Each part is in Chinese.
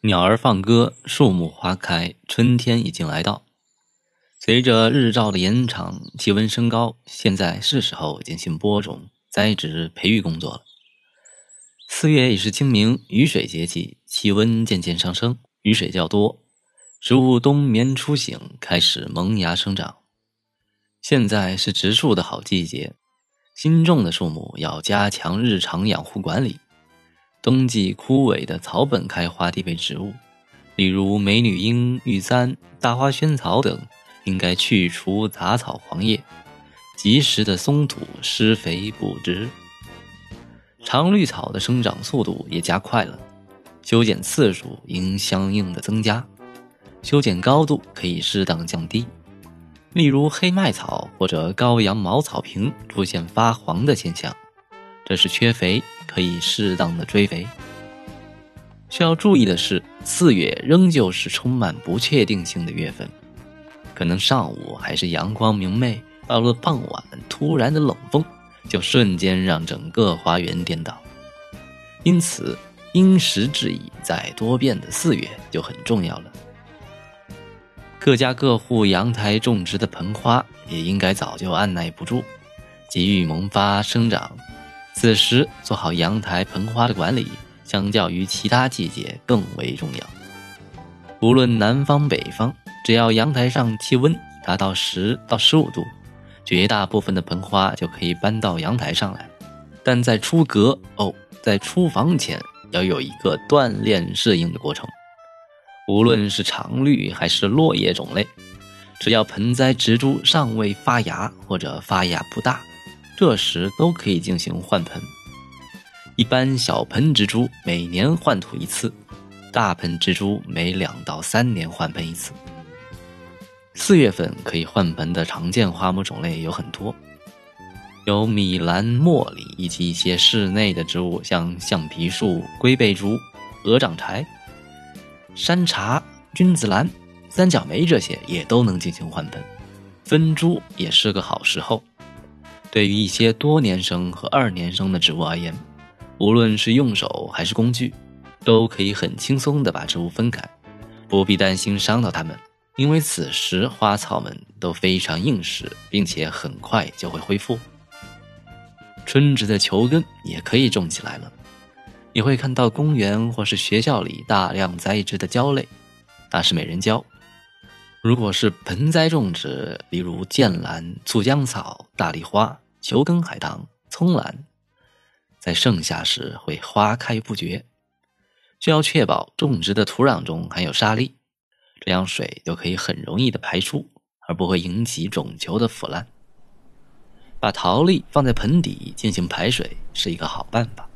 鸟儿放歌，树木花开，春天已经来到。随着日照的延长，气温升高，现在是时候进行播种、栽植、培育工作了。4月已是清明雨水节气，气温渐渐上升，雨水较多，植物冬眠初醒，开始萌芽生长。现在是植树的好季节，新种的树木要加强日常养护管理。冬季枯萎的草本开花地位植物，例如美女樱、玉簪、大花萱草等，应该去除杂草黄叶，及时的松土施肥补植。常绿草的生长速度也加快了，修剪次数应相应的增加，修剪高度可以适当降低。例如黑麦草或者羔羊毛草坪出现发黄的现象，这是缺肥，可以适当的追肥。需要注意的是，4月仍旧是充满不确定性的月份，可能上午还是阳光明媚，到了傍晚突然的冷风就瞬间让整个花园颠倒。因此因时制宜在多变的4月就很重要了。各家各户阳台种植的盆花也应该早就按耐不住，急于萌发生长。此时做好阳台盆花的管理，相较于其他季节更为重要。无论南方北方，只要阳台上气温达到10到15度，绝大部分的盆花就可以搬到阳台上来。但在出房前要有一个锻炼适应的过程。无论是常绿还是落叶种类，只要盆栽植株尚未发芽或者发芽不大，这时都可以进行换盆。一般小盆植株每年换土一次，大盆植株每2到3年换盆一次。4月份可以换盆的常见花木种类有很多，有米兰、茉莉，以及一些室内的植物，像橡皮树、龟背竹、鹅掌柴、山茶、君子兰、三角梅，这些也都能进行换盆。分株也是个好时候。对于一些多年生和2年生的植物而言，无论是用手还是工具，都可以很轻松地把植物分开，不必担心伤到它们，因为此时花草们都非常硬实，并且很快就会恢复。春植的球根也可以种起来了，你会看到公园或是学校里大量栽植的蕉类，那是美人蕉。如果是盆栽种植，例如剑兰、酢浆草、大丽花、球根海棠、葱兰，在盛夏时会花开不绝，需要确保种植的土壤中含有沙粒，这样水就可以很容易的排出，而不会引起种球的腐烂。把陶粒放在盆底进行排水是一个好办法。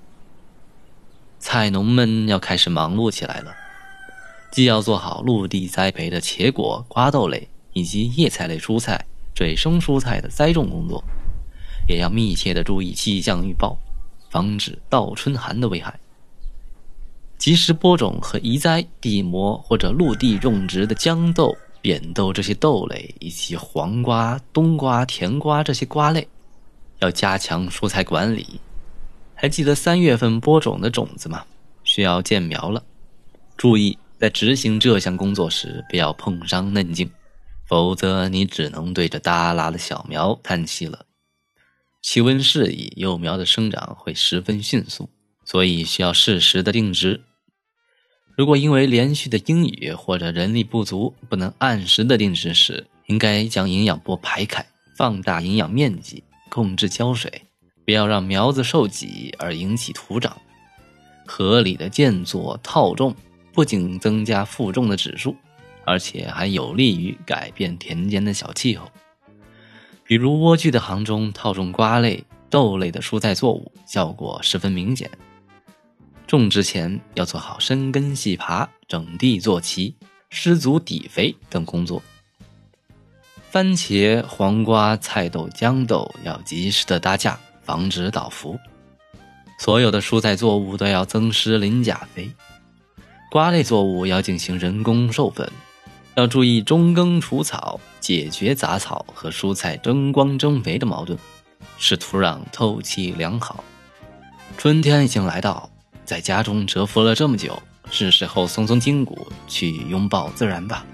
菜农们要开始忙碌起来了，既要做好陆地栽培的茄果、瓜豆类以及叶菜类蔬菜、水生蔬菜的栽种工作，也要密切地注意气象预报，防止倒春寒的危害。及时播种和移栽地膜或者陆地种植的豇豆、扁豆这些豆类，以及黄瓜、冬瓜、甜瓜这些瓜类，要加强蔬菜管理。还记得3月份播种的种子吗？需要建苗了。注意在执行这项工作时不要碰伤嫩茎，否则你只能对着耷拉的小苗叹气了。气温适宜，幼苗的生长会十分迅速，所以需要适时的定植。如果因为连续的阴雨或者人力不足不能按时的定植时，应该将营养波排开，放大营养面积，控制浇水，不要让苗子受挤而引起徒长。合理的间作套种不仅增加负重的指数，而且还有利于改变田间的小气候。比如莴苣的行中套种瓜类、豆类的蔬菜作物，效果十分明显。种植前要做好深耕细耙、整地做齐、施足底肥等工作。番茄、黄瓜、菜豆、豇豆要及时的搭架，防止倒伏。所有的蔬菜作物都要增施磷钾肥。瓜类作物要进行人工授粉，要注意中耕除草，解决杂草和蔬菜争光争肥的矛盾，使土壤透气良好。春天已经来到，在家中蛰伏了这么久， 是时候松松筋骨，去拥抱自然吧。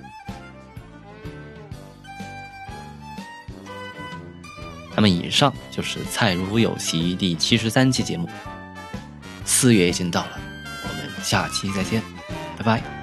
那么以上就是蔡如有习第73期节目。4月已经到了，我们下期再见，拜拜。